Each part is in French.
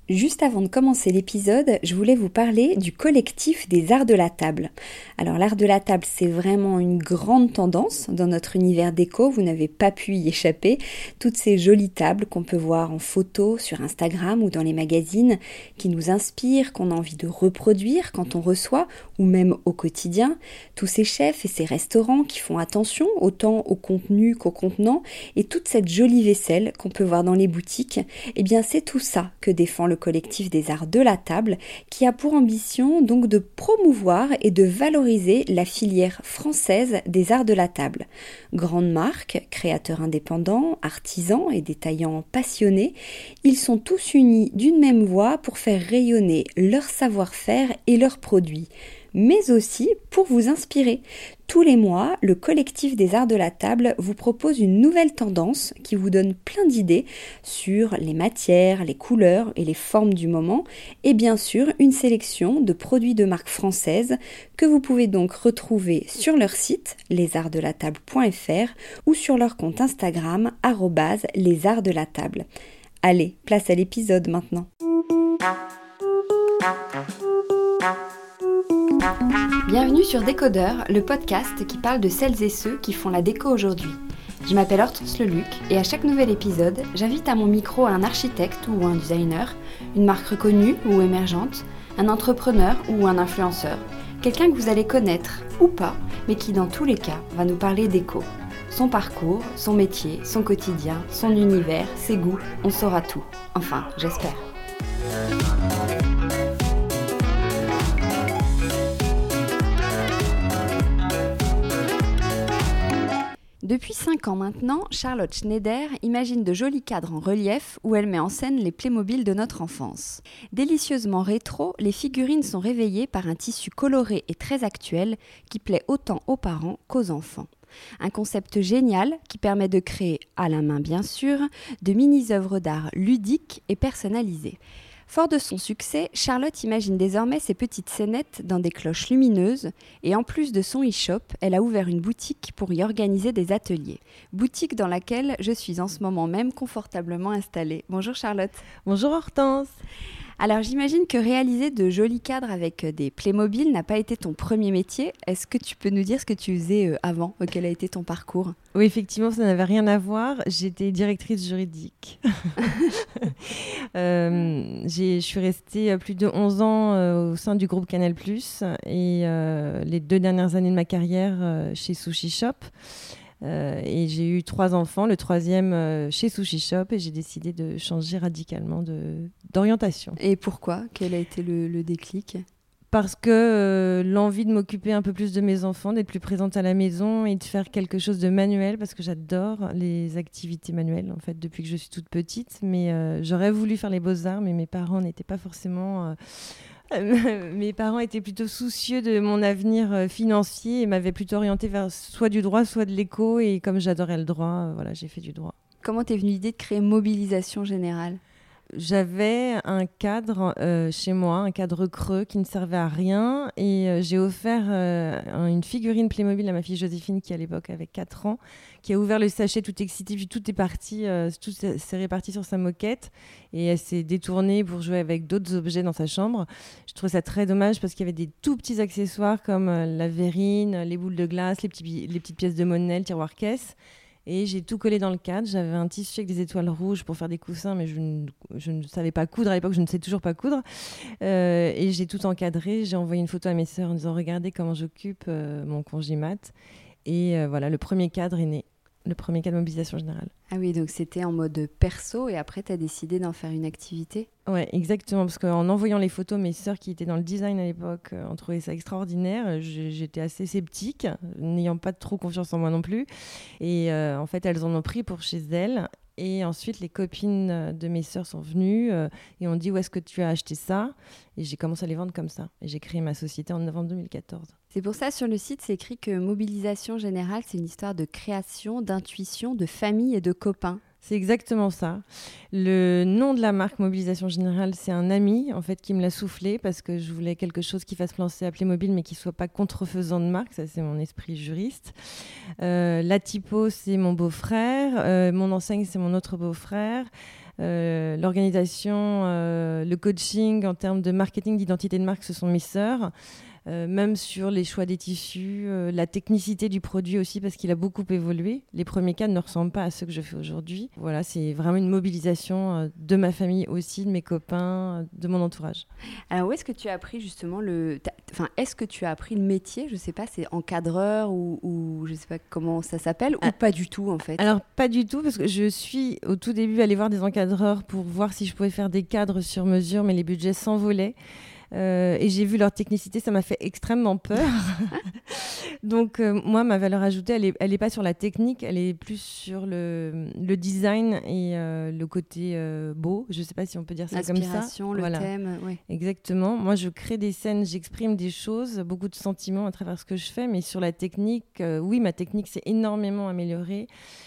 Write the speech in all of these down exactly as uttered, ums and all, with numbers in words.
Juste avant de commencer l'épisode, je voulais vous parler du collectif des arts de la table. Alors l'art de la table, c'est vraiment une grande tendance dans notre univers déco, vous n'avez pas pu y échapper. Toutes ces jolies tables qu'on peut voir en photo sur Instagram ou dans les magazines, qui nous inspirent, qu'on a envie de reproduire quand on reçoit, ou même au quotidien. Tous ces chefs et ces restaurants qui font attention autant au contenu qu'au contenant, et toute cette jolie vaisselle qu'on peut voir dans les boutiques, eh bien c'est tout ça que défend le collectif des arts de la table, qui a pour ambition donc de promouvoir et de valoriser la filière française des arts de la table. Grandes marques, créateurs indépendants, artisans et détaillants passionnés, ils sont tous unis d'une même voix pour faire rayonner leur savoir-faire et leurs produits, mais aussi pour vous inspirer. Tous les mois, le collectif des arts de la table vous propose une nouvelle tendance qui vous donne plein d'idées sur les matières, les couleurs et les formes du moment, et bien sûr une sélection de produits de marque française que vous pouvez donc retrouver sur leur site les arts de la table point f r ou sur leur compte Instagram arobase les arts de la table. Allez, place à l'épisode maintenant. Bienvenue sur Décodeur, le podcast qui parle de celles et ceux qui font la déco aujourd'hui. Je m'appelle Hortense Leluc et à chaque nouvel épisode, j'invite à mon micro un architecte ou un designer, une marque reconnue ou émergente, un entrepreneur ou un influenceur, quelqu'un que vous allez connaître ou pas, mais qui dans tous les cas va nous parler déco. Son parcours, son métier, son quotidien, son univers, ses goûts, on saura tout. Enfin, j'espère. Depuis cinq ans maintenant, Charlotte Schneider imagine de jolis cadres en relief où elle met en scène les Playmobil de notre enfance. Délicieusement rétro, les figurines sont réveillées par un tissu coloré et très actuel qui plaît autant aux parents qu'aux enfants. Un concept génial qui permet de créer, à la main bien sûr, de mini-œuvres d'art ludiques et personnalisées. Fort de son succès, Charlotte imagine désormais ses petites scénettes dans des cloches lumineuses et en plus de son e-shop, elle a ouvert une boutique pour y organiser des ateliers. Boutique dans laquelle je suis en ce moment même confortablement installée. Bonjour Charlotte. Bonjour Hortense. Alors j'imagine que réaliser de jolis cadres avec des Playmobil n'a pas été ton premier métier. Est-ce que tu peux nous dire ce que tu faisais avant ? Quel a été ton parcours ? Oui, effectivement, ça n'avait rien à voir. J'étais directrice juridique. euh, j'ai, je suis restée plus de onze ans euh, au sein du groupe Canal plus, et euh, les deux dernières années de ma carrière euh, chez Sushi Shop. Euh, et j'ai eu trois enfants, le troisième euh, chez Sushi Shop, et j'ai décidé de changer radicalement de, d'orientation. Et pourquoi ? Quel a été le, le déclic ? Parce que euh, l'envie de m'occuper un peu plus de mes enfants, d'être plus présente à la maison et de faire quelque chose de manuel, parce que j'adore les activités manuelles, en fait, depuis que je suis toute petite. Mais euh, j'aurais voulu faire les beaux-arts, mais mes parents n'étaient pas forcément... Euh, Mes parents étaient plutôt soucieux de mon avenir financier et m'avaient plutôt orientée vers soit du droit, soit de l'éco. Et comme j'adorais le droit, voilà, j'ai fait du droit. Comment t'es venue l'idée de créer Mobilisation Générale ? J'avais un cadre euh, chez moi, un cadre creux qui ne servait à rien, et euh, j'ai offert euh, une figurine Playmobil à ma fille Joséphine qui à l'époque avait quatre ans, qui a ouvert le sachet tout excitée, puis tout est parti, euh, tout s'est réparti sur sa moquette et elle s'est détournée pour jouer avec d'autres objets dans sa chambre. Je trouve ça très dommage parce qu'il y avait des tout petits accessoires comme euh, la verrine, les boules de glace, les, petits, les petites pièces de monnaie, le tiroir caisse. Et j'ai tout collé dans le cadre. J'avais un tissu avec des étoiles rouges pour faire des coussins, mais je ne, je ne savais pas coudre à l'époque, je ne sais toujours pas coudre. Euh, et j'ai tout encadré. J'ai envoyé une photo à mes sœurs en disant « Regardez comment j'occupe euh, mon congimat ». Et euh, voilà, le premier cadre est né. Le premier cadre de Mobilisation Générale. Ah oui, donc c'était en mode perso et après tu as décidé d'en faire une activité ? Ouais, exactement, parce qu'en envoyant les photos, mes sœurs qui étaient dans le design à l'époque euh, ont trouvé ça extraordinaire. J'étais assez sceptique, n'ayant pas trop confiance en moi non plus. Et euh, en fait, elles en ont pris pour chez elles. Et ensuite, les copines de mes sœurs sont venues euh, et ont dit « Où est-ce que tu as acheté ça ?» Et j'ai commencé à les vendre comme ça. Et j'ai créé ma société en novembre deux mille quatorze. C'est pour ça, sur le site, c'est écrit que Mobilisation Générale, c'est une histoire de création, d'intuition, de famille et de copains. C'est exactement ça. Le nom de la marque Mobilisation Générale, c'est un ami en fait qui me l'a soufflé parce que je voulais quelque chose qui fasse penser à Playmobil mais qui soit pas contrefaisant de marque. Ça, c'est mon esprit juriste. Euh, la typo, c'est mon beau-frère. Euh, mon enseigne, c'est mon autre beau-frère. Euh, l'organisation, euh, le coaching en termes de marketing, d'identité de marque, ce sont mes sœurs. Euh, même sur les choix des tissus, euh, la technicité du produit aussi, parce qu'il a beaucoup évolué. Les premiers cadres ne ressemblent pas à ceux que je fais aujourd'hui. Voilà, c'est vraiment une mobilisation euh, de ma famille aussi, de mes copains, de mon entourage. Alors, où est-ce que tu as appris justement le... Enfin, est-ce que tu as appris le métier? Je ne sais pas, c'est encadreur ou, ou je ne sais pas comment ça s'appelle, ah. ou pas du tout en fait? Alors, pas du tout, parce que je suis au tout début allée voir des encadreurs pour voir si je pouvais faire des cadres sur mesure, mais les budgets s'envolaient. Euh, et j'ai vu leur technicité, ça m'a fait extrêmement peur. Donc euh, moi, ma valeur ajoutée, elle est, elle est pas sur la technique, elle est plus sur le, le design et euh, le côté euh, beau. Je sais pas si on peut dire ça comme ça. L'inspiration, le voilà. thème, oui. Exactement. Moi, je crée des scènes, j'exprime des choses, beaucoup de sentiments à travers ce que je fais, mais sur la technique, euh, oui, ma technique s'est énormément améliorée.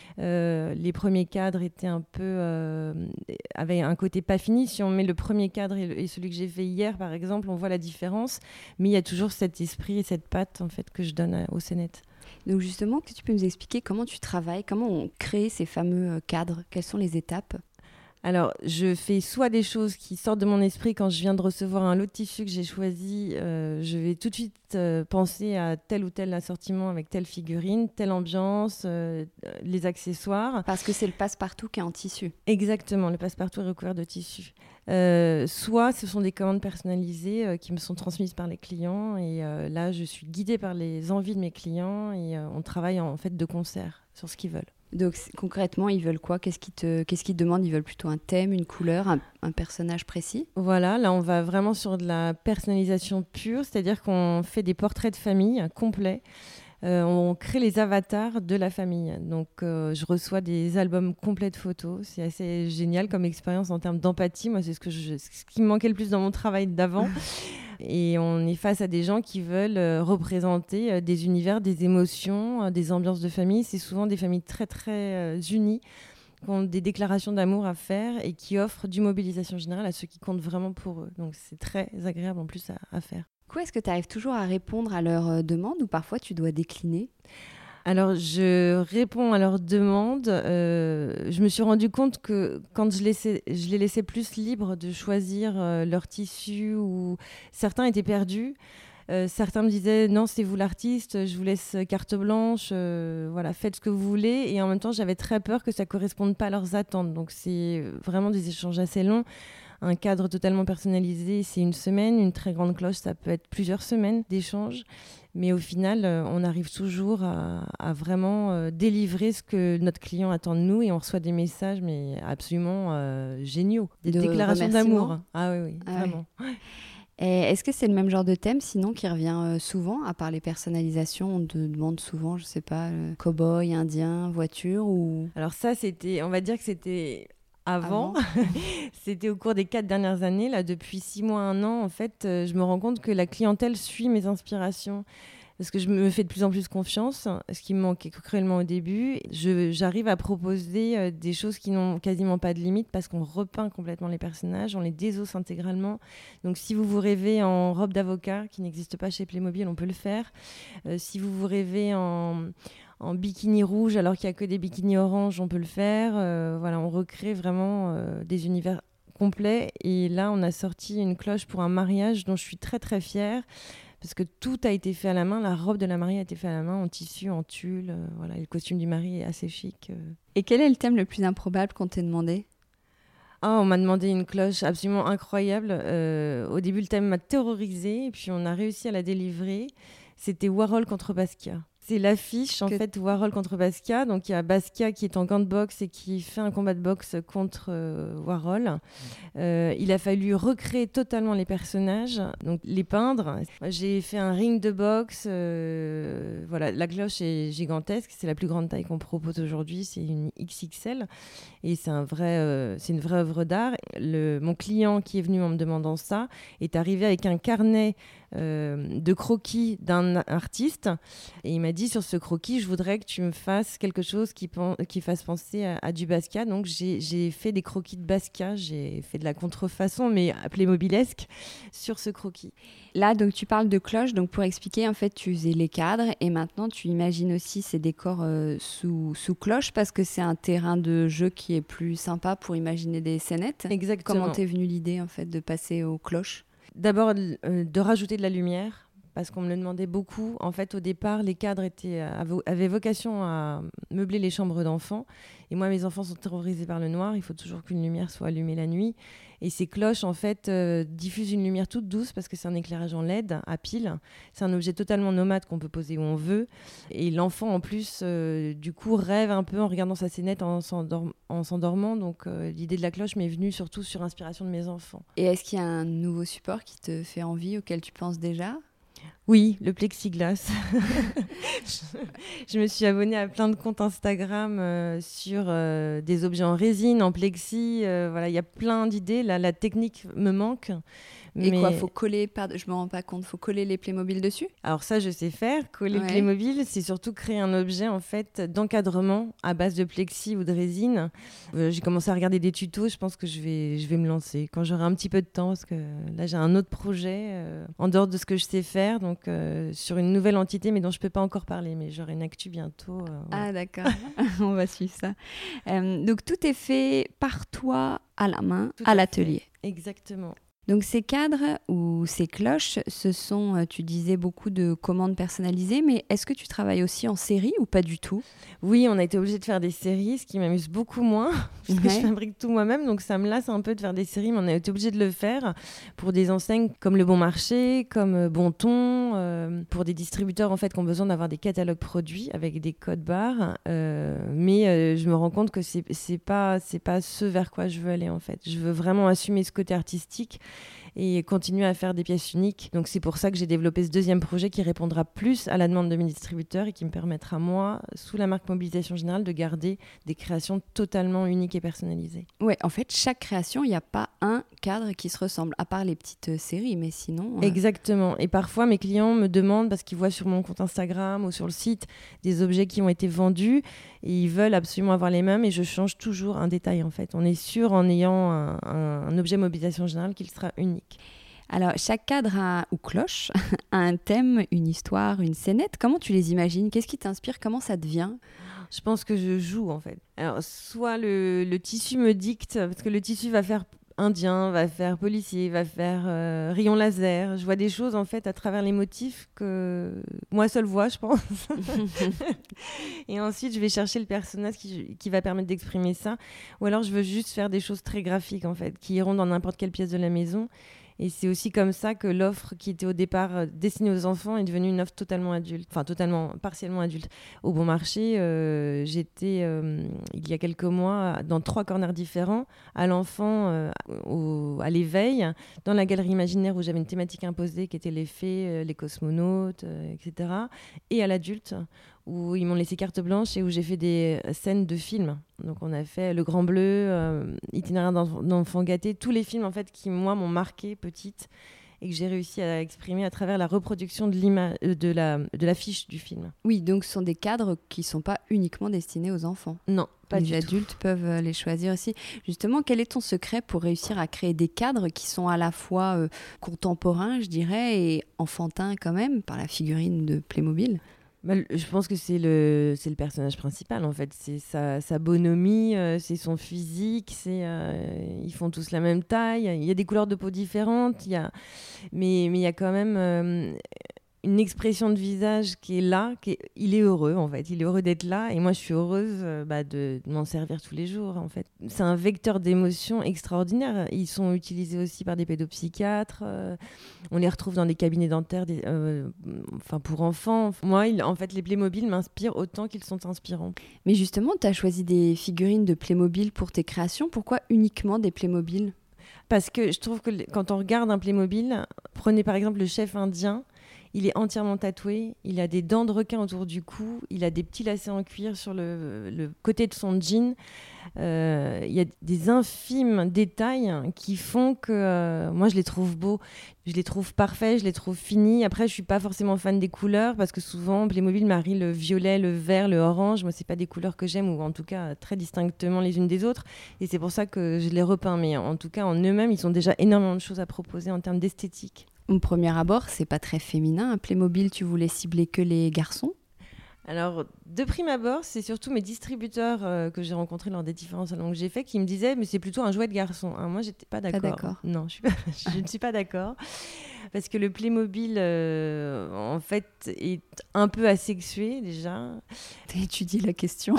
Euh, les premiers cadres étaient un peu euh, avaient un côté pas fini. Si on met le premier cadre et, le, et celui que j'ai fait hier, par exemple, on voit la différence. Mais il y a toujours cet esprit et cette patte en fait que je donne à, au Cénette. Donc justement, que tu peux nous expliquer comment tu travailles, comment on crée ces fameux cadres, quelles sont les étapes? Alors, je fais soit des choses qui sortent de mon esprit quand je viens de recevoir un lot de tissu que j'ai choisi. Euh, je vais tout de suite euh, penser à tel ou tel assortiment avec telle figurine, telle ambiance, euh, les accessoires. Parce que c'est le passe-partout qui est en tissu. Exactement, le passe-partout est recouvert de tissu. Euh, soit ce sont des commandes personnalisées euh, qui me sont transmises par les clients. Et euh, là, je suis guidée par les envies de mes clients et euh, on travaille en, en fait de concert sur ce qu'ils veulent. Donc concrètement, ils veulent quoi? Qu'est-ce qu'ils te, qu'est-ce qu'ils te demandent? Ils veulent plutôt un thème, une couleur, un, un personnage précis? Voilà, là on va vraiment sur de la personnalisation pure, c'est-à-dire qu'on fait des portraits de famille complets. Euh, on crée les avatars de la famille. Donc euh, je reçois des albums complets de photos. C'est assez génial comme expérience en termes d'empathie. Moi, c'est ce, que je, ce qui me manquait le plus dans mon travail d'avant. Et on est face à des gens qui veulent euh, représenter euh, des univers, des émotions, euh, des ambiances de famille. C'est souvent des familles très, très euh, unies, qui ont des déclarations d'amour à faire et qui offrent du mobilisation générale à ceux qui comptent vraiment pour eux. Donc c'est très agréable en plus à, à faire. Du coup, est-ce que tu arrives toujours à répondre à leurs euh, demandes ou parfois tu dois décliner? Alors, je réponds à leurs demandes. Euh, je me suis rendu compte que quand je, laissais, je les laissais plus libres de choisir euh, leur tissu, ou certains étaient perdus. Euh, certains me disaient non, c'est vous l'artiste, je vous laisse carte blanche, euh, voilà, faites ce que vous voulez. Et en même temps, j'avais très peur que ça ne corresponde pas à leurs attentes. Donc, c'est vraiment des échanges assez longs. Un cadre totalement personnalisé, c'est une semaine. Une très grande cloche, ça peut être plusieurs semaines d'échanges. Mais au final, euh, on arrive toujours à, à vraiment euh, délivrer ce que notre client attend de nous et on reçoit des messages mais absolument euh, géniaux, des de déclarations d'amour. Ah oui, oui, ah vraiment. Ouais. Et est-ce que c'est le même genre de thème sinon qui revient euh, souvent, à part les personnalisations? On te demande souvent, je sais pas, euh, cow-boy, indien, voiture ou... Alors ça, c'était, on va dire que c'était... Avant, Avant. C'était au cours des quatre dernières années. Là, depuis six mois, un an, en fait, euh, je me rends compte que la clientèle suit mes inspirations parce que je me fais de plus en plus confiance, ce qui me manquait cruellement au début. Je, j'arrive à proposer euh, des choses qui n'ont quasiment pas de limite parce qu'on repeint complètement les personnages, on les désosse intégralement. Donc, si vous vous rêvez en robe d'avocat, qui n'existe pas chez Playmobil, on peut le faire. Euh, si vous vous rêvez en... en bikini rouge alors qu'il n'y a que des bikinis orange, on peut le faire. Euh, voilà, on recrée vraiment euh, des univers complets. Et là, on a sorti une cloche pour un mariage dont je suis très très fière parce que tout a été fait à la main. La robe de la mariée a été faite à la main, en tissu, en tulle. Euh, voilà, et le costume du mari est assez chic. Euh. Et quel est le thème le plus improbable qu'on t'ait demandé? Ah, on m'a demandé une cloche absolument incroyable. Euh, au début, le thème m'a terrorisée et puis on a réussi à la délivrer. C'était Warhol contre Basquiat. C'est l'affiche, en que... fait, Warhol contre Basquiat. Donc, il y a Basquiat qui est en gants de boxe et qui fait un combat de boxe contre euh, Warhol. Euh, il a fallu recréer totalement les personnages, donc les peindre. J'ai fait un ring de boxe. Euh, voilà, la cloche est gigantesque. C'est la plus grande taille qu'on propose aujourd'hui. C'est une X X L. Et c'est, un vrai, euh, c'est une vraie œuvre d'art. Le, mon client qui est venu en me demandant ça est arrivé avec un carnet euh, de croquis d'un artiste. Et il m'a m'a dit, sur ce croquis, je voudrais que tu me fasses quelque chose qui, pen- qui fasse penser à, à du Basquiat. Donc, j'ai, j'ai fait des croquis de Basquiat. J'ai fait de la contrefaçon, mais playmobilesque, sur ce croquis. Là, donc tu parles de cloche. Donc pour expliquer, en fait, tu faisais les cadres et maintenant tu imagines aussi ces décors euh, sous, sous cloche parce que c'est un terrain de jeu qui est plus sympa pour imaginer des scénettes. Exactement. Comment t'es venue l'idée, en fait, de passer aux cloches? D'abord, euh, de rajouter de la lumière, parce qu'on me le demandait beaucoup. En fait, au départ, les cadres étaient, avo- avaient vocation à meubler les chambres d'enfants. Et moi, mes enfants sont terrorisés par le noir. Il faut toujours qu'une lumière soit allumée la nuit. Et ces cloches, en fait, euh, diffusent une lumière toute douce parce que c'est un éclairage en L E D à pile. C'est un objet totalement nomade qu'on peut poser où on veut. Et l'enfant, en plus, euh, du coup, rêve un peu en regardant sa scénette en, s'endorm- en s'endormant. Donc, euh, l'idée de la cloche m'est venue surtout sur inspiration de mes enfants. Et est-ce qu'il y a un nouveau support qui te fait envie, auquel tu penses déjà? Oui, le plexiglas. je, je me suis abonnée à plein de comptes Instagram euh, sur euh, des objets en résine, en plexi. Euh, voilà, il y a plein d'idées. Là, la technique me manque. Et mais... quoi, faut coller, pardon, je me rends pas compte, faut coller les Playmobil dessus? Alors ça, je sais faire. Coller Ouais. le Playmobil, c'est surtout créer un objet en fait d'encadrement à base de plexi ou de résine. Euh, j'ai commencé à regarder des tutos. Je pense que je vais, je vais me lancer quand j'aurai un petit peu de temps, parce que là, j'ai un autre projet euh, en dehors de ce que je sais faire, donc euh, sur une nouvelle entité, mais dont je peux pas encore parler. Mais j'aurai une actu bientôt. Euh, ouais. Ah d'accord, on va suivre ça. Euh, donc tout est fait par toi à la main, Tout à à l'atelier. fait. Exactement. Donc ces cadres ou ces cloches, ce sont, euh, tu disais, beaucoup de commandes personnalisées, mais est-ce que tu travailles aussi en série ou pas du tout? Oui, on a été obligé de faire des séries, ce qui m'amuse beaucoup moins, parce que Ouais. je fabrique tout moi-même, donc ça me lasse un peu de faire des séries, mais on a été obligé de le faire pour des enseignes comme Le Bon Marché, comme euh, Bonton, euh, pour des distributeurs en fait qui ont besoin d'avoir des catalogues produits avec des codes barres. Euh, mais euh, je me rends compte que c'est c'est pas c'est pas ce vers quoi je veux aller en fait. Je veux vraiment assumer ce côté artistique et continuer à faire des pièces uniques. Donc c'est pour ça que j'ai développé ce deuxième projet qui répondra plus à la demande de mes distributeurs et qui me permettra, moi, sous la marque Mobilisation Générale, de garder des créations totalement uniques et personnalisées. Ouais, en fait, chaque création, il n'y a pas un cadre qui se ressemble, à part les petites euh, séries, mais sinon... euh, Exactement. Et parfois, mes clients me demandent, parce qu'ils voient sur mon compte Instagram ou sur le site des objets qui ont été vendus, et ils veulent absolument avoir les mêmes, et je change toujours un détail, en fait. On est sûr, en ayant un, un, un objet Mobilisation Générale, qu'il sera unique. Alors, chaque cadre a, ou cloche a un thème, une histoire, une scénette. Comment tu les imagines? Qu'est-ce qui t'inspire? Comment ça te vient? Je pense que je joue, en fait. Alors, soit le, le tissu me dicte, parce que le tissu va faire indien, va faire policier, va faire euh, rayon laser. Je vois des choses, en fait, à travers les motifs que moi seule vois, je pense. Et ensuite, je vais chercher le personnage qui, qui va permettre d'exprimer ça. Ou alors, je veux juste faire des choses très graphiques, en fait, qui iront dans n'importe quelle pièce de la maison. Et c'est aussi comme ça que l'offre qui était au départ euh, destinée aux enfants est devenue une offre totalement adulte, enfin totalement, partiellement adulte. Au Bon Marché, euh, j'étais euh, il y a quelques mois dans trois corners différents, à l'enfant, euh, au, à l'éveil, dans la galerie imaginaire où j'avais une thématique imposée qui était les fées, euh, les cosmonautes, euh, et cetera. Et à l'adulte, où ils m'ont laissé carte blanche et où j'ai fait des scènes de films. Donc on a fait Le Grand Bleu, euh, Itinéraire d'enf- d'enfants gâtés, tous les films en fait qui moi m'ont marqué petite et que j'ai réussi à exprimer à travers la reproduction de l'ima- euh, de la de l'affiche du film. Oui, donc ce sont des cadres qui ne sont pas uniquement destinés aux enfants. Non, pas les du adultes tout. peuvent euh, les choisir aussi. Justement, quel est ton secret pour réussir à créer des cadres qui sont à la fois euh, contemporains, je dirais, et enfantins quand même, par la figurine de Playmobil? Bah, je pense que c'est le, c'est le personnage principal en fait, c'est sa, sa bonhomie, euh, c'est son physique, c'est, euh, ils font tous la même taille, il y a des couleurs de peau différentes, il y a, mais mais il y a quand même euh, une expression de visage qui est là, qui est, il est heureux en fait, il est heureux d'être là et moi je suis heureuse euh, bah, de, de m'en servir tous les jours en fait. C'est un vecteur d'émotion extraordinaire, ils sont utilisés aussi par des pédopsychiatres, euh, on les retrouve dans des cabinets dentaires des, euh, enfin pour enfants. Moi il, en fait les Playmobil m'inspirent autant qu'ils sont inspirants. Mais justement, tu as choisi des figurines de Playmobil pour tes créations, pourquoi uniquement des Playmobil? Parce que je trouve que quand on regarde un Playmobil, prenez par exemple le chef indien, Il est entièrement tatoué, il a des dents de requin autour du cou, il a des petits lacets en cuir sur le, le côté de son jean. Euh, il y a des infimes détails qui font que euh, moi je les trouve beaux, je les trouve parfaits, je les trouve finis. Après je suis pas forcément fan des couleurs parce que souvent Playmobil marie le violet, le vert, le orange. Moi c'est pas des couleurs que j'aime, ou en tout cas très distinctement les unes des autres, et c'est pour ça que je les repeins. Mais en tout cas en eux-mêmes ils ont déjà énormément de choses à proposer en termes d'esthétique. Au premier abord, c'est pas très féminin. Un Playmobil, tu voulais cibler que les garçons? Alors, de prime abord, c'est surtout mes distributeurs euh, que j'ai rencontrés lors des différents salons que j'ai faits qui me disaient « mais c'est plutôt un jouet de garçon hein. ». Moi, j'étais pas d'accord. Pas d'accord. Non, je, suis pas, je ne suis pas d'accord. Parce que le Playmobil, euh, en fait, est un peu asexué, déjà. T'as étudié la question.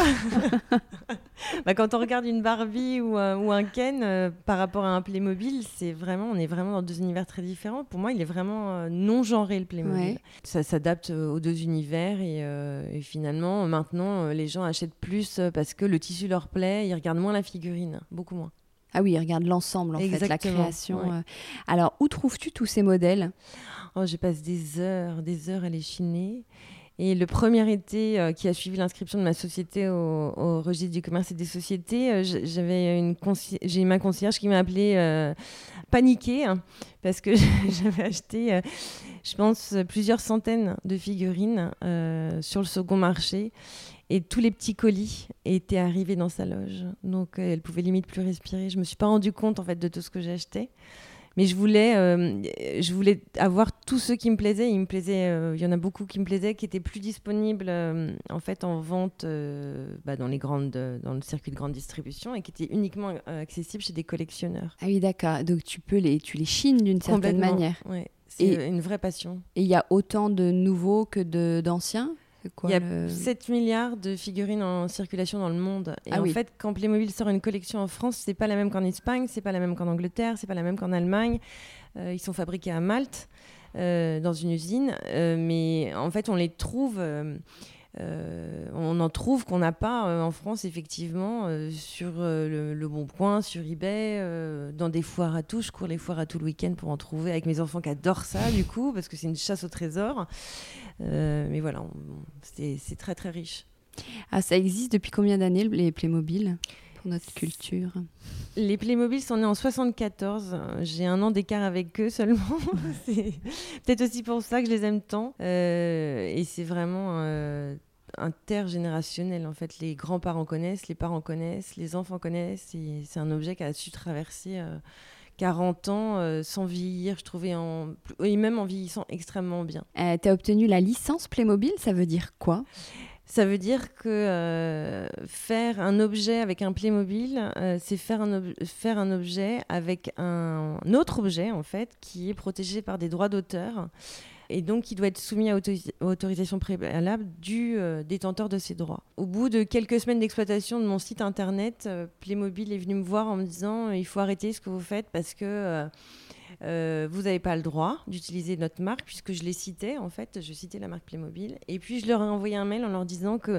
Bah, quand on regarde une Barbie ou un, ou un Ken euh, par rapport à un Playmobil, c'est vraiment, on est vraiment dans deux univers très différents. Pour moi, il est vraiment euh, non-genré, le Playmobil. Ouais. Ça s'adapte euh, aux deux univers et, euh, et finalement, maintenant, euh, les gens achètent plus euh, parce que le tissu leur plaît, ils regardent moins la figurine, beaucoup moins. Ah oui, ils regardent l'ensemble, en Exactement, fait, la création. Ouais. Euh. Alors, où trouves-tu tous ces modèles? Oh, je passe des heures, des heures à les chiner. Et le premier été euh, qui a suivi l'inscription de ma société au, au registre du commerce et des sociétés, euh, j'avais une conci... j'ai eu ma concierge qui m'a appelée euh, paniquée hein, parce que j'avais acheté, euh, je pense, plusieurs centaines de figurines euh, sur le second marché. Et tous les petits colis étaient arrivés dans sa loge. Donc, euh, elle pouvait limite plus respirer. Je ne me suis pas rendu compte, en fait, de tout ce que j'achetais. Mais je voulais, euh, je voulais avoir tous ceux qui me plaisaient. Il me plaisait, euh, il y en a beaucoup qui me plaisaient, qui étaient plus disponibles, euh, en fait, en vente euh, bah, dans, les grandes, dans le circuit de grande distribution et qui étaient uniquement euh, accessibles chez des collectionneurs. Ah oui, d'accord. Donc, tu, peux les, tu les chines d'une certaine manière. Oui, c'est et, une vraie passion. Et il y a autant de nouveaux que de, d'anciens? Quoi, il y a le... sept milliards de figurines en circulation dans le monde. Et ah en oui. fait, quand Playmobil sort une collection en France, c'est pas la même qu'en Espagne, c'est pas la même qu'en Angleterre, c'est pas la même qu'en Allemagne. Euh, ils sont fabriqués à Malte, euh, dans une usine. Euh, mais en fait, on les trouve... Euh, Euh, on en trouve qu'on n'a pas euh, en France effectivement euh, sur euh, le, le Bon Coin, sur eBay, euh, dans des foires à tout. Je cours les foires à tout le week-end pour en trouver avec mes enfants qui adorent ça du coup parce que c'est une chasse au trésor. Euh, mais voilà, on, c'est, c'est très très riche. Ah, ça existe depuis combien d'années les Playmobil pour notre culture? Les Playmobil sont nés en soixante-quatorze. J'ai un an d'écart avec eux seulement. C'est peut-être aussi pour ça que je les aime tant. Euh, et c'est vraiment euh, intergénérationnel. En fait, les grands-parents connaissent, les parents connaissent, les enfants connaissent. Et c'est un objet qui a su traverser euh, quarante ans euh, sans vieillir, je trouvais, en... et même en vieillissant extrêmement bien. Euh, tu as obtenu la licence Playmobil, ça veut dire quoi ? Ça veut dire que euh, faire un objet avec un Playmobil, euh, c'est faire un, ob- faire un objet avec un, un autre objet, en fait, qui est protégé par des droits d'auteur. Et donc, il doit être soumis à autori- autorisation préalable du euh, détenteur de ces droits. Au bout de quelques semaines d'exploitation de mon site internet, euh, Playmobil est venu me voir en me disant euh, « Il faut arrêter ce que vous faites parce que... Euh, Euh, vous n'avez pas le droit d'utiliser notre marque », puisque je les citais, en fait, je citais la marque Playmobil. Et puis, je leur ai envoyé un mail en leur disant que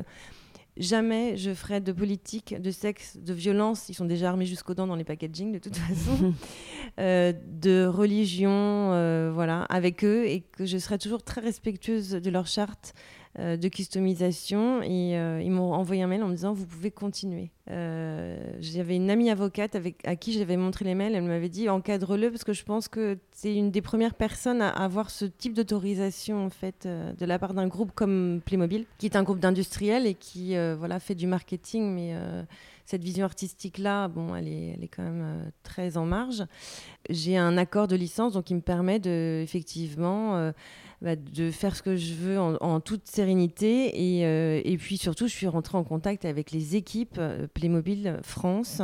jamais je ferai de politique, de sexe, de violence, ils sont déjà armés jusqu'aux dents dans les packaging de toute façon, euh, de religion, euh, voilà, avec eux, et que je serai toujours très respectueuse de leur charte euh, de customisation. Et euh, ils m'ont envoyé un mail en me disant « Vous pouvez continuer ». Euh, j'avais une amie avocate avec, à qui j'avais montré les mails. Elle m'avait dit encadre-le parce que je pense que c'est une des premières personnes à avoir ce type d'autorisation en fait, euh, de la part d'un groupe comme Playmobil, qui est un groupe d'industriels et qui euh, voilà, fait du marketing, mais euh, cette vision artistique là, bon, elle est, elle est quand même euh, très en marge. J'ai un accord de licence donc qui me permet de effectivement euh, bah, de faire ce que je veux en, en toute sérénité et, euh, et puis surtout je suis rentrée en contact avec les équipes euh, Playmobil France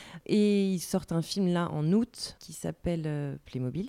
et ils sortent un film là en août qui s'appelle euh, Playmobil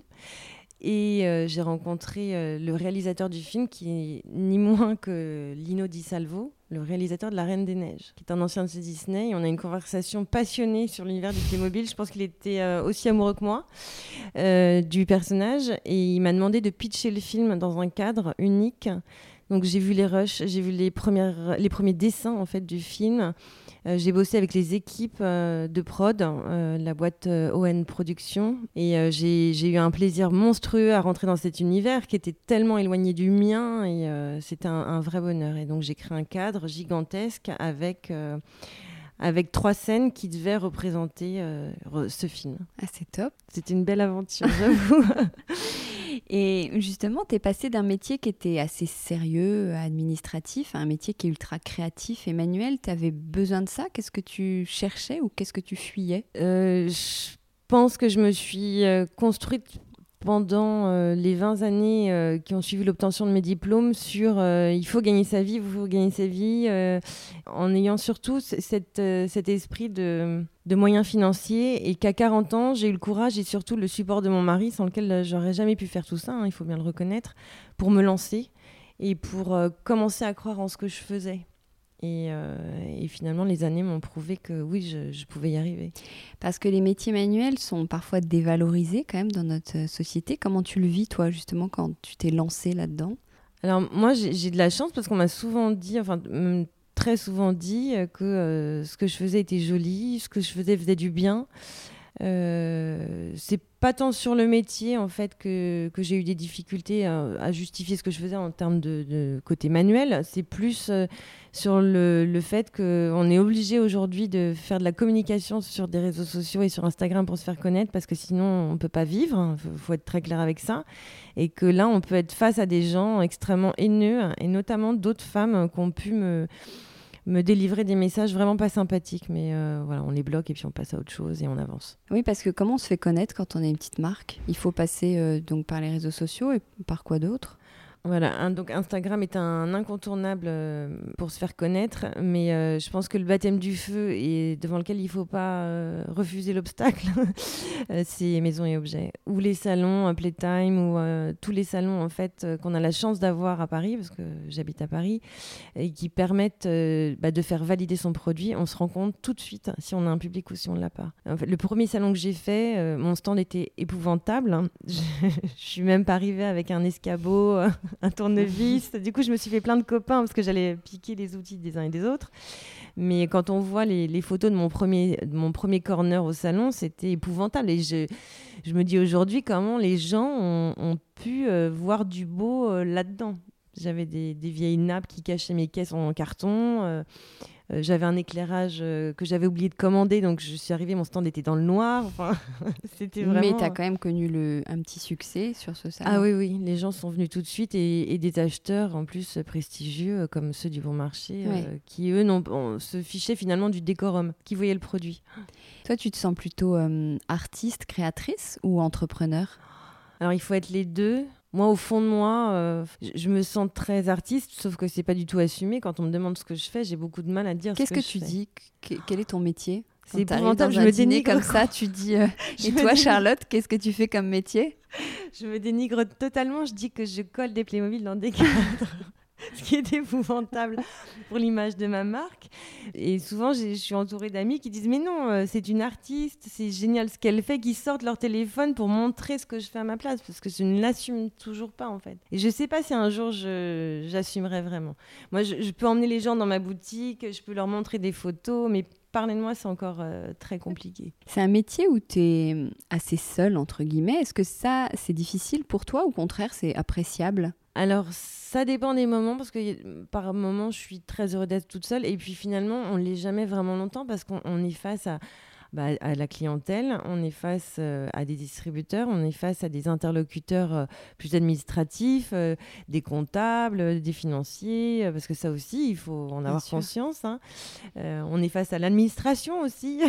et euh, j'ai rencontré euh, le réalisateur du film qui est ni moins que Lino Di Salvo, le réalisateur de La Reine des Neiges, qui est un ancien de Disney, et on a une conversation passionnée sur l'univers du Playmobil. Je pense qu'il était euh, aussi amoureux que moi euh, du personnage et il m'a demandé de pitcher le film dans un cadre unique, Donc j'ai vu les rushs, j'ai vu les, premières, les premiers dessins en fait, du film. Euh, j'ai bossé avec les équipes euh, de prod, euh, la boîte euh, O N Productions. Et euh, j'ai, j'ai eu un plaisir monstrueux à rentrer dans cet univers qui était tellement éloigné du mien. Et euh, c'était un, un vrai bonheur. Et donc j'ai créé un cadre gigantesque avec, euh, avec trois scènes qui devaient représenter euh, re- ce film. Ah, c'est top. C'était une belle aventure, j'avoue. Et justement, tu es passé d'un métier qui était assez sérieux, administratif, à un métier qui est ultra créatif et manuel. Tu avais besoin de ça? Qu'est-ce que tu cherchais ou qu'est-ce que tu fuyais? Euh, je pense que je me suis euh, construite pendant euh, les vingt années euh, qui ont suivi l'obtention de mes diplômes sur euh, il faut gagner sa vie, il faut gagner sa vie, euh, en ayant surtout c- cette, euh, cet esprit de, de moyens financiers, et qu'à quarante ans, j'ai eu le courage et surtout le support de mon mari, sans lequel euh, j'aurais jamais pu faire tout ça, hein, il faut bien le reconnaître, pour me lancer et pour euh, commencer à croire en ce que je faisais. Et, euh, et finalement, les années m'ont prouvé que oui, je, je pouvais y arriver. Parce que les métiers manuels sont parfois dévalorisés quand même dans notre société. Comment tu le vis, toi, justement, quand tu t'es lancée là-dedans? Alors moi, j'ai, j'ai de la chance parce qu'on m'a souvent dit, enfin même très souvent dit, euh, que euh, ce que je faisais était joli, ce que je faisais faisait du bien. Euh, c'est pas tant sur le métier en fait que, que j'ai eu des difficultés à, à justifier ce que je faisais en termes de, de côté manuel. C'est plus euh, sur le, le fait qu'on est obligé aujourd'hui de faire de la communication sur des réseaux sociaux et sur Instagram pour se faire connaître, parce que sinon on peut pas vivre, il faut, faut être très clair avec ça, et que là on peut être face à des gens extrêmement haineux, et notamment d'autres femmes qui ont pu me me délivrer des messages vraiment pas sympathiques, mais euh, voilà, on les bloque et puis on passe à autre chose et on avance. Oui, parce que comment on se fait connaître quand on est une petite marque? Il faut passer euh, donc par les réseaux sociaux et par quoi d'autre? Voilà, un, donc Instagram est un incontournable euh, pour se faire connaître, mais euh, je pense que le baptême du feu, et devant lequel il ne faut pas euh, refuser l'obstacle, euh, c'est Maisons et Objets, ou les salons, euh, Playtime, ou euh, tous les salons en fait euh, qu'on a la chance d'avoir à Paris, parce que j'habite à Paris, et qui permettent euh, bah, de faire valider son produit. On se rend compte tout de suite si on a un public ou si on ne l'a pas. En fait, le premier salon que j'ai fait, euh, mon stand était épouvantable. Hein. Je ne suis même pas arrivée avec un escabeau, euh, un tournevis. Du coup, je me suis fait plein de copains parce que j'allais piquer les outils des uns et des autres. Mais quand on voit les, les photos de mon, premier, de mon premier corner au salon, c'était épouvantable. Et je, je me dis aujourd'hui comment les gens ont, ont pu euh, voir du beau euh, là-dedans. J'avais des, des vieilles nappes qui cachaient mes caisses en carton. Euh, Euh, j'avais un éclairage euh, que j'avais oublié de commander, donc je suis arrivée, mon stand était dans le noir. Enfin, c'était vraiment... Mais tu as quand même connu le, un petit succès sur ce salon. Ah oui, oui, les gens sont venus tout de suite, et, et des acheteurs en plus prestigieux, euh, comme ceux du Bon Marché, Ouais. euh, qui eux non, on, se fichaient finalement du décorum, qui voyaient le produit. Toi, tu te sens plutôt euh, artiste, créatrice ou entrepreneur? Alors il faut être les deux. Moi, au fond de moi, euh, je, je me sens très artiste, sauf que c'est pas du tout assumé. Quand on me demande ce que je fais, j'ai beaucoup de mal à dire Qu'est-ce ce que, que je tu fais. dis? Que- Quel est ton métier? C'est Quand t'arrives épouvantable, dans je un me dîner dénigre. comme ça, tu dis euh, Je et me toi, dénigre. Charlotte, qu'est-ce que tu fais comme métier? Je me dénigre totalement, je dis que je colle des Playmobil dans des cadres, ce qui est épouvantable pour l'image de ma marque. Et souvent, j'ai- je suis entourée d'amis qui disent « Mais non, euh, c'est une artiste, c'est génial ce qu'elle fait », qui sortent leur téléphone pour montrer ce que je fais à ma place, parce que je ne l'assume toujours pas, en fait. Et je ne sais pas si un jour, je, j'assumerai vraiment. Moi, je, je peux emmener les gens dans ma boutique, je peux leur montrer des photos, mais parler de moi, c'est encore euh, très compliqué. C'est un métier où tu es assez seule, entre guillemets. Est-ce que ça, c'est difficile pour toi ou au contraire, c'est appréciable? Alors, ça dépend des moments, parce que y a- par moments, je suis très heureuse d'être toute seule. Et puis finalement, on ne l'est jamais vraiment longtemps, parce qu'on on est face à, bah, à la clientèle, on est face euh, à des distributeurs, on est face à des interlocuteurs euh, plus administratifs, euh, des comptables, euh, des financiers, euh, parce que ça aussi, il faut en Bien avoir sûr. conscience. Hein. Euh, on est face à l'administration aussi,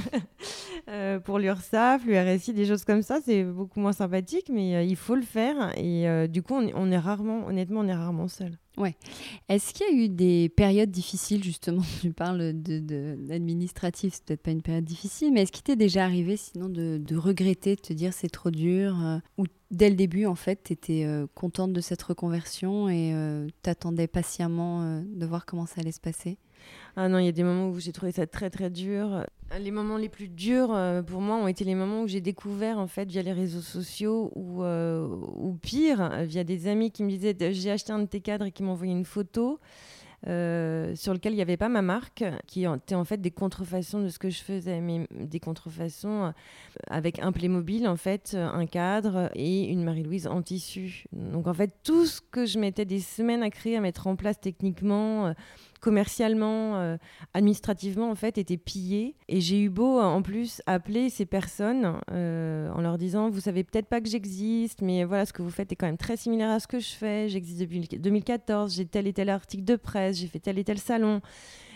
euh, pour l'URSSAF, l'U R S I, des choses comme ça, c'est beaucoup moins sympathique, mais euh, il faut le faire. Et euh, du coup, on, est- on est rarement, honnêtement, on est rarement seul. Est-ce qu'il y a eu des périodes difficiles, justement? Tu parles de, de, d'administratif, c'est peut-être pas une période difficile, mais est-ce qu'il t'est déjà arrivé sinon de, de regretter, de te dire c'est trop dur, euh, ou dès le début, en fait, tu étais euh, contente de cette reconversion et euh, t'attendais patiemment euh, de voir comment ça allait se passer? Ah non, il y a des moments où j'ai trouvé ça très très dur. Les moments les plus durs euh, pour moi ont été les moments où j'ai découvert en fait via les réseaux sociaux ou, euh, ou pire, via des amis qui me disaient j'ai acheté un de tes cadres et qui m'envoyaient une photo. Euh, sur lequel il n'y avait pas ma marque, qui était en fait des contrefaçons de ce que je faisais, mais des contrefaçons euh, avec un Playmobil, en fait, un cadre et une Marie-Louise en tissu. Donc en fait, tout ce que je mettais des semaines à créer, à mettre en place techniquement, euh, commercialement, euh, administrativement, en fait, était pillé. Et j'ai eu beau, en plus, appeler ces personnes euh, en leur disant « Vous savez peut-être pas que j'existe, mais voilà, ce que vous faites est quand même très similaire à ce que je fais. J'existe depuis deux mille quatorze, j'ai tel et tel article de presse, j'ai fait tel et tel salon. Euh, »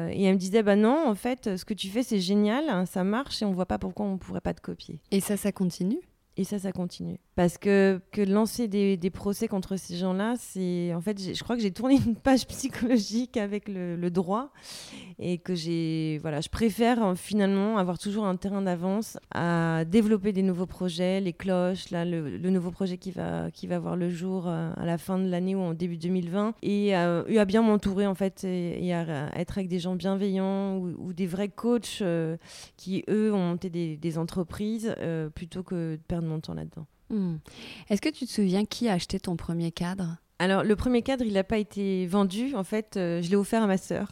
Et elle me disait « Bah non, en fait, ce que tu fais, c'est génial, ça marche et on voit pas pourquoi on pourrait pas te copier. » Et ça, ça continue ? Et ça, ça continue. Parce que, que lancer des, des procès contre ces gens-là, c'est... En fait, je crois que j'ai tourné une page psychologique avec le, le droit et que j'ai... Voilà, je préfère finalement avoir toujours un terrain d'avance à développer des nouveaux projets, les cloches, là, le, le nouveau projet qui va, qui va voir le jour à la fin de l'année ou en début deux mille vingt et à, à bien m'entourer, en fait, et, et à, à être avec des gens bienveillants ou, ou des vrais coachs euh, qui, eux, ont monté des, des entreprises euh, plutôt que de perdre mon temps là-dedans. Mmh. Est-ce que tu te souviens qui a acheté ton premier cadre ? Alors, le premier cadre, il n'a pas été vendu. En fait, euh, je l'ai offert à ma sœur,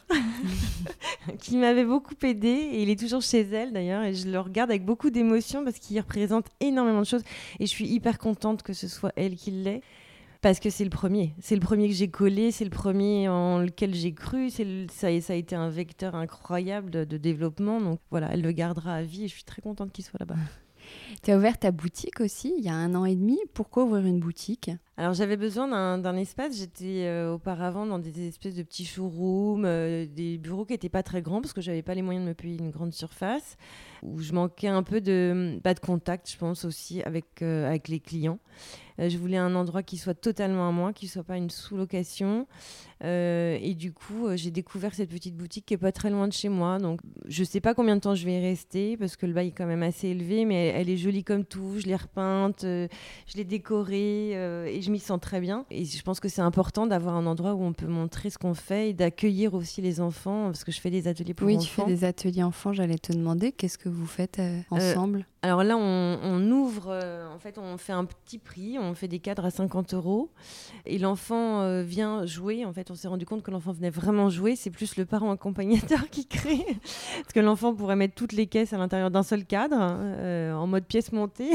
qui m'avait beaucoup aidée. Et il est toujours chez elle, d'ailleurs. Et je le regarde avec beaucoup d'émotion parce qu'il représente énormément de choses. Et je suis hyper contente que ce soit elle qui l'ait. Parce que c'est le premier. C'est le premier que j'ai collé. C'est le premier en lequel j'ai cru. C'est le... ça, ça a été un vecteur incroyable de, de développement. Donc voilà, elle le gardera à vie. Et je suis très contente qu'il soit là-bas. Tu as ouvert ta boutique aussi, il y a un an et demi. Pourquoi ouvrir une boutique ? Alors j'avais besoin d'un, d'un espace. J'étais euh, auparavant dans des espèces de petits showrooms, euh, des bureaux qui n'étaient pas très grands parce que j'avais pas les moyens de me payer une grande surface, où je manquais un peu de, bah, de contact, je pense aussi avec, euh, avec les clients. Euh, je voulais un endroit qui soit totalement à moi, qui soit pas une sous-location. Euh, et du coup, euh, j'ai découvert cette petite boutique qui est pas très loin de chez moi. Donc je sais pas combien de temps je vais y rester parce que le bail est quand même assez élevé, mais elle, elle est jolie comme tout. Je l'ai repeinte, euh, je l'ai décorée euh, et je m'y sens très bien. Et je pense que c'est important d'avoir un endroit où on peut montrer ce qu'on fait et d'accueillir aussi les enfants, parce que je fais des ateliers pour oui, enfants. Oui, tu fais des ateliers enfants, j'allais te demander, qu'est-ce que vous faites euh, ensemble ? euh, Alors là, on, on ouvre, euh, en fait, on fait un petit prix, on fait des cadres à cinquante euros et l'enfant euh, vient jouer. En fait, on s'est rendu compte que l'enfant venait vraiment jouer. C'est plus le parent accompagnateur qui crée, parce que l'enfant pourrait mettre toutes les caisses à l'intérieur d'un seul cadre, euh, en mode pièce montée.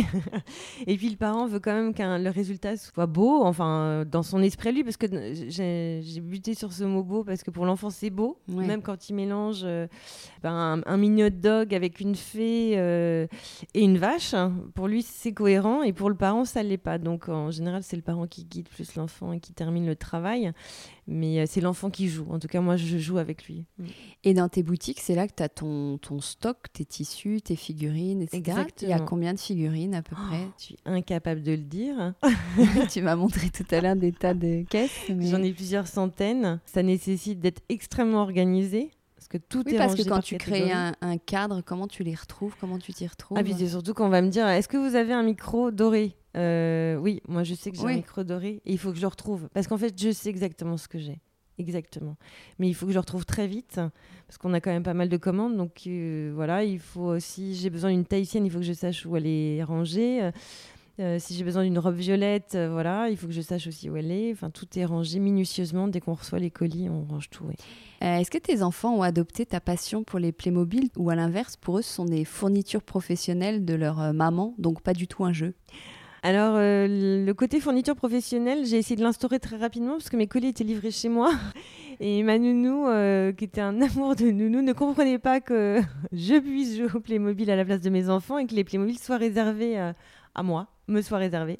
Et puis le parent veut quand même que le résultat soit beau, enfin, dans son esprit à lui, parce que j'ai, j'ai buté sur ce mot beau, parce que pour l'enfant, c'est beau, ouais. Même quand il mélange euh, ben, un, un mini hot dog avec une fée euh, et une vache, pour lui, c'est cohérent, et pour le parent, ça ne l'est pas. Donc, en général, c'est le parent qui guide plus l'enfant et qui termine le travail, mais c'est l'enfant qui joue. En tout cas, moi, je joue avec lui. Et dans tes boutiques, c'est là que tu as ton, ton stock, tes tissus, tes figurines, et cetera. Exactement. Il y a combien de figurines à peu près ? Oh, je suis incapable de le dire. Tu m'as montré tout à l'heure des tas de caisses. Mais... J'en ai plusieurs centaines. Ça nécessite d'être extrêmement organisé. Parce que tout oui, est parce rangé que quand par tu catégorie. crées un, un cadre, comment tu les retrouves ? Comment tu t'y retrouves ? Ah, puis c'est surtout qu'on va me dire, est-ce que vous avez un micro doré ? euh, Oui, moi je sais que j'ai oui. un micro doré et il faut que je le retrouve. Parce qu'en fait, je sais exactement ce que j'ai. Exactement. Mais il faut que je le retrouve très vite parce qu'on a quand même pas mal de commandes. Donc euh, voilà, il faut aussi, j'ai besoin d'une tahitienne, il faut que je sache où elle est rangée. Euh, si j'ai besoin d'une robe violette, euh, voilà, il faut que je sache aussi où elle est. Enfin, tout est rangé minutieusement. Dès qu'on reçoit les colis, on range tout. Oui. Euh, est-ce que tes enfants ont adopté ta passion pour les Playmobil ou à l'inverse, pour eux, ce sont des fournitures professionnelles de leur euh, maman, donc pas du tout un jeu ? Alors, euh, le côté fourniture professionnelle, j'ai essayé de l'instaurer très rapidement parce que mes colis étaient livrés chez moi. Et ma nounou, euh, qui était un amour de nounou, ne comprenait pas que je puisse jouer au Playmobil à la place de mes enfants et que les Playmobil soient réservés à, à moi, me soient réservés.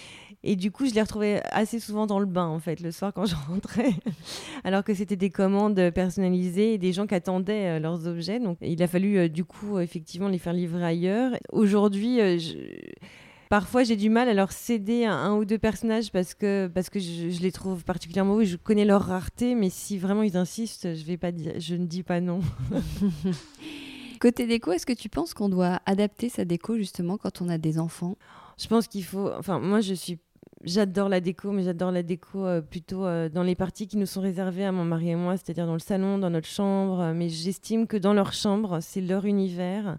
Et du coup, je les retrouvais assez souvent dans le bain, en fait, le soir quand je rentrais, alors que c'était des commandes personnalisées et des gens qui attendaient euh, leurs objets. Donc, il a fallu, euh, du coup, effectivement, les faire livrer ailleurs. Aujourd'hui, euh, je... Parfois, j'ai du mal à leur céder un, un ou deux personnages parce que, parce que je, je les trouve particulièrement beaux et je connais leur rareté, mais si vraiment ils insistent, je, vais pas dire, je ne dis pas non. Côté déco, est-ce que tu penses qu'on doit adapter sa déco justement quand on a des enfants ? Je pense qu'il faut... Enfin, moi, je suis J'adore la déco, mais j'adore la déco euh, plutôt euh, dans les parties qui nous sont réservées à mon mari et moi, c'est-à-dire dans le salon, dans notre chambre. Mais j'estime que dans leur chambre, c'est leur univers.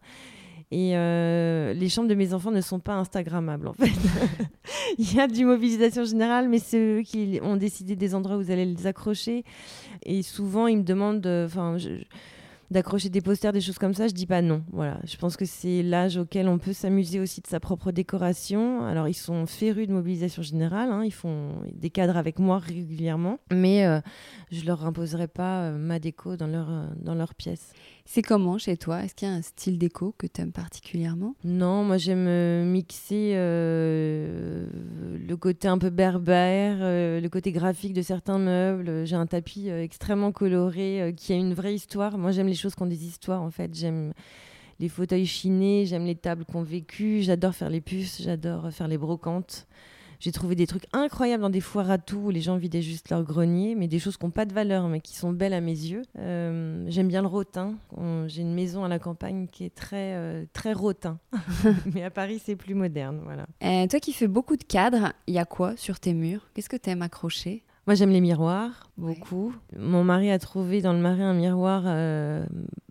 Et euh, les chambres de mes enfants ne sont pas instagrammables, en fait. Il y a du mobilisation générale, mais c'est eux qui ont décidé des endroits où vous allez les accrocher. Et souvent, ils me demandent... Enfin, je... d'accrocher des posters, des choses comme ça, je dis pas non. Voilà, je pense que c'est l'âge auquel on peut s'amuser aussi de sa propre décoration. Alors, ils sont férus de mobilisation générale, hein, ils font des cadres avec moi régulièrement, mais euh, je leur imposerai pas euh, ma déco dans leur, euh, dans leur pièce. C'est comment chez toi? Est-ce qu'il y a un style déco que tu aimes particulièrement? Non, moi j'aime euh, mixer euh, le côté un peu berbère, euh, le côté graphique de certains meubles. J'ai un tapis euh, extrêmement coloré euh, qui a une vraie histoire. Moi j'aime les choses qui ont des histoires en fait. J'aime les fauteuils chinés, j'aime les tables qui ont vécu, j'adore faire les puces, j'adore faire les brocantes. J'ai trouvé des trucs incroyables dans des foires à tout où les gens vidaient juste leur grenier, mais des choses qui n'ont pas de valeur, mais qui sont belles à mes yeux. Euh, j'aime bien le rotin. On, j'ai une maison à la campagne qui est très, euh, très rotin. Mais à Paris, c'est plus moderne. Voilà. Euh, toi qui fais beaucoup de cadres, il y a quoi sur tes murs? Qu'est-ce que tu aimes accrocher? Moi, j'aime les miroirs, beaucoup. Ouais. Mon mari a trouvé dans le marais un miroir euh,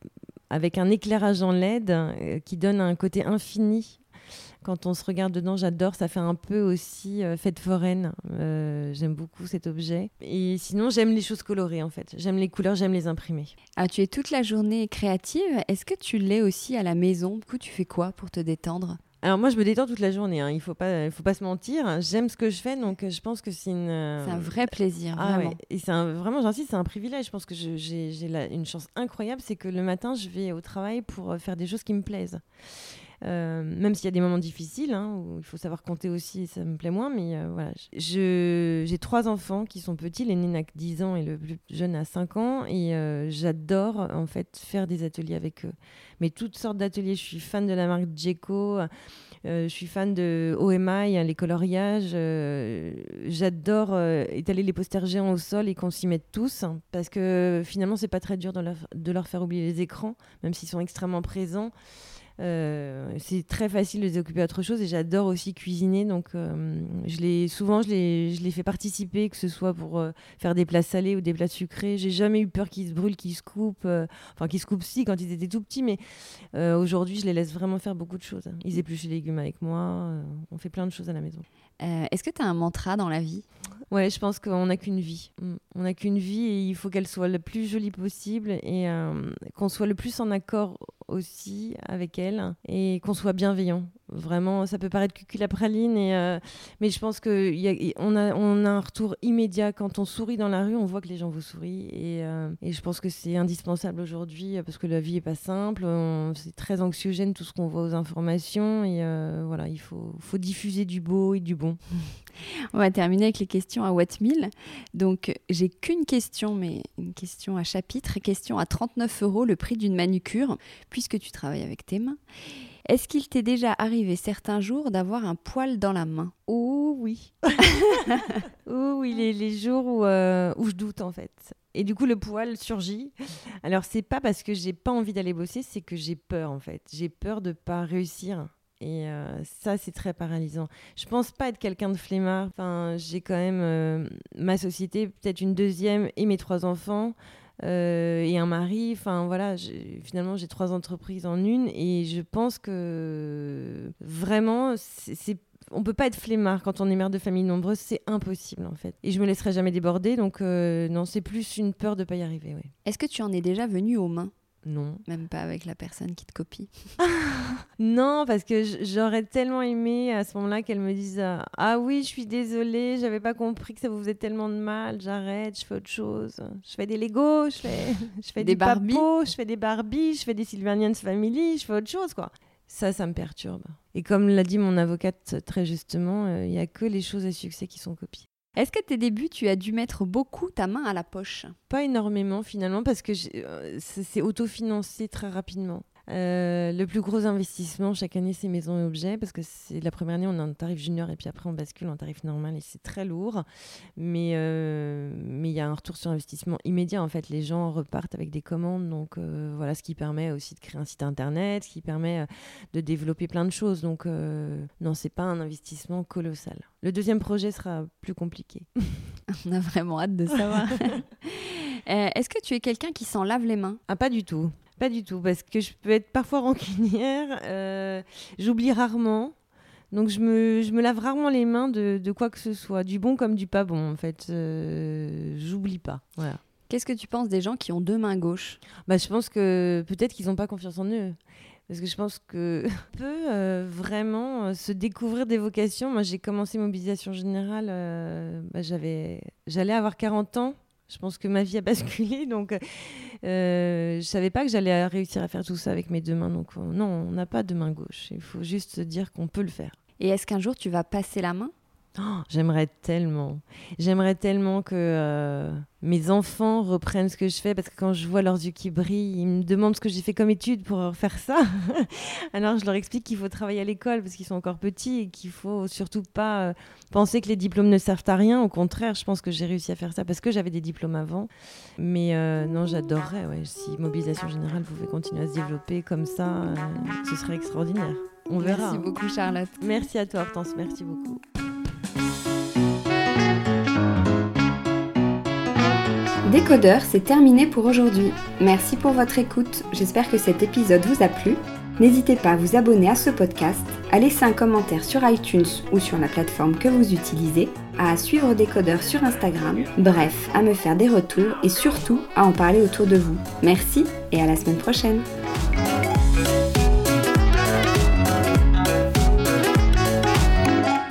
avec un éclairage en L E D euh, qui donne un côté infini. Quand on se regarde dedans, j'adore. Ça fait un peu aussi euh, fête foraine. Euh, j'aime beaucoup cet objet. Et sinon, j'aime les choses colorées, en fait. J'aime les couleurs, j'aime les imprimer. Ah, tu es toute la journée créative. Est-ce que tu l'es aussi à la maison? Du coup, tu fais quoi pour te détendre? Alors moi, je me détends toute la journée. Hein. Il ne faut pas, il faut pas se mentir. J'aime ce que je fais, donc je pense que c'est une... Euh... C'est un vrai plaisir, ah, vraiment. Ouais. Et c'est un, vraiment, j'insiste, c'est un privilège. Je pense que je, j'ai, j'ai la, une chance incroyable, c'est que le matin, je vais au travail pour faire des choses qui me plaisent. Euh, même s'il y a des moments difficiles, hein, où il faut savoir compter aussi, ça me plaît moins, mais euh, voilà. Je, j'ai trois enfants qui sont petits, l'aîné n'a que dix ans et le plus jeune a cinq ans, et euh, j'adore en fait faire des ateliers avec eux. Mais toutes sortes d'ateliers, je suis fan de la marque Djeco, euh, je suis fan de O M I, les coloriages, euh, j'adore euh, étaler les posters géants au sol et qu'on s'y mette tous, hein, parce que finalement c'est pas très dur de leur, de leur faire oublier les écrans, même s'ils sont extrêmement présents. Euh, c'est très facile de les occuper à autre chose et j'adore aussi cuisiner, donc euh, je les, souvent je les, je les fais participer, que ce soit pour euh, faire des plats salés ou des plats sucrés. J'ai jamais eu peur qu'ils se brûlent, qu'ils se coupent, euh, enfin qu'ils se coupent si quand ils étaient tout petits, mais euh, aujourd'hui je les laisse vraiment faire beaucoup de choses. Ils épluchent les légumes avec moi, euh, on fait plein de choses à la maison. Euh, est-ce que tu as un mantra dans la vie? Ouais, je pense qu'on n'a qu'une vie. On n'a qu'une vie et il faut qu'elle soit le plus jolie possible et euh, qu'on soit le plus en accord aussi avec elle et qu'on soit bienveillant. Vraiment, ça peut paraître cuculapraline, et euh, mais je pense qu'on a, on a un retour immédiat. Quand on sourit dans la rue, on voit que les gens vous sourient. Et, euh, et je pense que c'est indispensable aujourd'hui parce que la vie n'est pas simple. On, c'est très anxiogène tout ce qu'on voit aux informations. Et euh, voilà, il faut, faut diffuser du beau et du bon. On va terminer avec les questions à Watt mille. Donc, j'ai qu'une question, mais une question à chapitre. Question à trente-neuf euros, le prix d'une manucure, puisque tu travailles avec tes mains. Est-ce qu'il t'est déjà arrivé certains jours d'avoir un poil dans la main? Oh oui. Oh oui, les, les jours où, euh, où je doute en fait. Et du coup, le poil surgit. Alors, c'est pas parce que j'ai pas envie d'aller bosser, c'est que j'ai peur en fait. J'ai peur de pas réussir. Et euh, ça, c'est très paralysant. Je pense pas être quelqu'un de flemmard. Enfin, j'ai quand même euh, ma société, peut-être une deuxième et mes trois enfants. Euh, et un mari, enfin voilà, j'ai, finalement j'ai trois entreprises en une et je pense que vraiment, c'est, c'est, on peut pas être flemmard quand on est mère de famille nombreuse, c'est impossible en fait. Et je me laisserai jamais déborder, donc euh, non, c'est plus une peur de pas y arriver. Ouais. Est-ce que tu en es déjà venue aux mains? Non. Même pas avec la personne qui te copie? Non, parce que j'aurais tellement aimé à ce moment-là qu'elle me dise euh, « Ah oui, je suis désolée, j'avais pas compris que ça vous faisait tellement de mal, j'arrête, je fais autre chose. Je fais des Legos, je fais, je fais des, des Barbies, papos, je fais des Barbies, je fais des Sylvanians Family, je fais autre chose, quoi. » Ça, ça me perturbe. Et comme l'a dit mon avocate très justement, il euh, n'y a que les choses à succès qui sont copiées. Est-ce qu'à tes débuts, tu as dû mettre beaucoup ta main à la poche? Pas énormément finalement, parce que j'ai, euh, c'est autofinancé très rapidement. Euh, le plus gros investissement chaque année, c'est maison et objets, parce que c'est la première année, on a un tarif junior et puis après, on bascule en tarif normal et c'est très lourd. Mais euh, mais il y a un retour sur investissement immédiat. En fait, les gens repartent avec des commandes. Donc, euh, voilà, ce qui permet aussi de créer un site internet, ce qui permet de développer plein de choses. Donc, euh, non, c'est pas un investissement colossal. Le deuxième projet sera plus compliqué. On a vraiment hâte de savoir. euh, est-ce que tu es quelqu'un qui s'en lave les mains ? Ah, pas du tout. Pas du tout, parce que je peux être parfois rancunière, euh, j'oublie rarement, donc je me, je me lave rarement les mains de, de quoi que ce soit, du bon comme du pas bon en fait, euh, j'oublie pas, voilà. Qu'est-ce que tu penses des gens qui ont deux mains gauches ? Bah, je pense que peut-être qu'ils n'ont pas confiance en eux, parce que je pense qu'on peut euh, vraiment euh, se découvrir des vocations. Moi j'ai commencé Mobilisation Générale, euh, bah, j'avais, j'allais avoir quarante ans. Je pense que ma vie a basculé, donc euh, je ne savais pas que j'allais réussir à faire tout ça avec mes deux mains. Donc euh, non, on n'a pas de main gauche. Il faut juste se dire qu'on peut le faire. Et est-ce qu'un jour, tu vas passer la main ? Oh, j'aimerais tellement. J'aimerais tellement que euh, mes enfants reprennent ce que je fais, parce que quand je vois leurs yeux qui brillent, ils me demandent ce que j'ai fait comme étude pour faire ça. Alors je leur explique qu'il faut travailler à l'école parce qu'ils sont encore petits et qu'il faut surtout pas euh, penser que les diplômes ne servent à rien. Au contraire, je pense que j'ai réussi à faire ça parce que j'avais des diplômes avant. Mais euh, non, j'adorerais. Ouais, si Mobilisation Générale pouvait continuer à se développer comme ça, euh, ce serait extraordinaire. On verra. Merci beaucoup, Charlotte. Merci à toi, Hortense. Merci beaucoup. Décodeur, c'est terminé pour aujourd'hui. Merci pour votre écoute. J'espère que cet épisode vous a plu. N'hésitez pas à vous abonner à ce podcast, à laisser un commentaire sur iTunes ou sur la plateforme que vous utilisez, à suivre Décodeur sur Instagram, bref, à me faire des retours et surtout à en parler autour de vous. Merci et à la semaine prochaine.